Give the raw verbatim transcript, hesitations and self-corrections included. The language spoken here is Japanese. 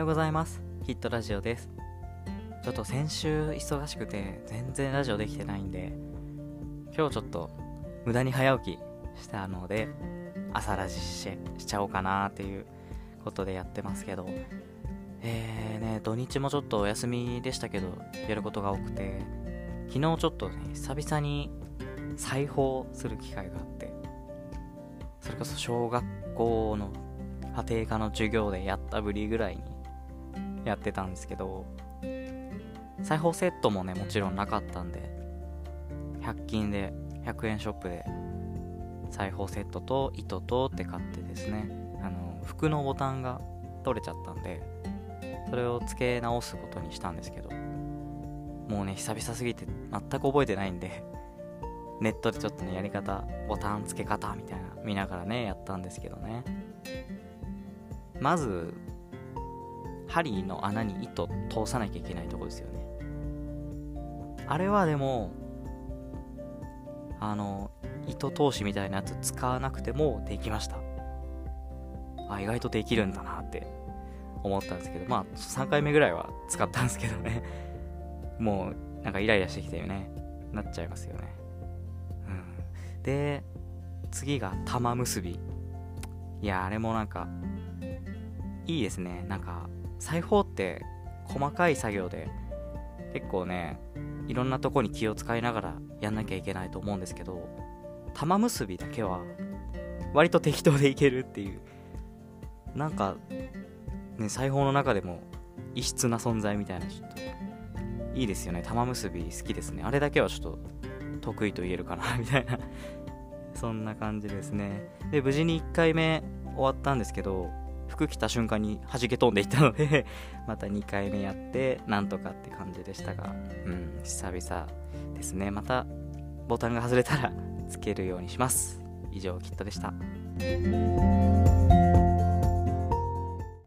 ございます。ヒットラジオです。ちょっと先週忙しくて全然ラジオできてないんで、今日ちょっと無駄に早起きしたので朝ラジししちゃおうかなっていうことでやってますけど、えーね土日もちょっとお休みでしたけどやることが多くて、昨日ちょっとね久々に裁縫する機会があって、それこそ小学校の家庭科の授業でやったぶりぐらいにやってたんですけど、裁縫セットもねもちろんなかったんで、ひゃく均でひゃくえんショップで裁縫セットと糸とって買ってですね、あの服のボタンが取れちゃったんで、それを付け直すことにしたんですけど、もうね久々すぎて全く覚えてないんで、ネットでちょっとねやり方、ボタン付け方みたいな見ながらねやったんですけどね。まず針の穴に糸通さなきゃいけないとこですよね。あれはでもあの糸通しみたいなやつ使わなくてもできました。あ、意外とできるんだなって思ったんですけど、まあさんかいめぐらいは使ったんですけどねもうなんかイライラしてきてねなっちゃいますよね。うん、で次が玉結び。いやあれもなんかいいですね。なんか裁縫って細かい作業で結構ねいろんなとこに気を使いながらやんなきゃいけないと思うんですけど、玉結びだけは割と適当でいけるっていう、なんかね裁縫の中でも異質な存在みたいな、ちょっといいですよね。玉結び好きですね。あれだけはちょっと得意と言えるかなみたいなそんな感じですね。で無事にいっかいめ終わったんですけど、服着た瞬間に弾け飛んでいったのでまたにかいめやってなんとかって感じでしたが、うん久々ですね。またボタンが外れたらつけるようにします。以上キットでした。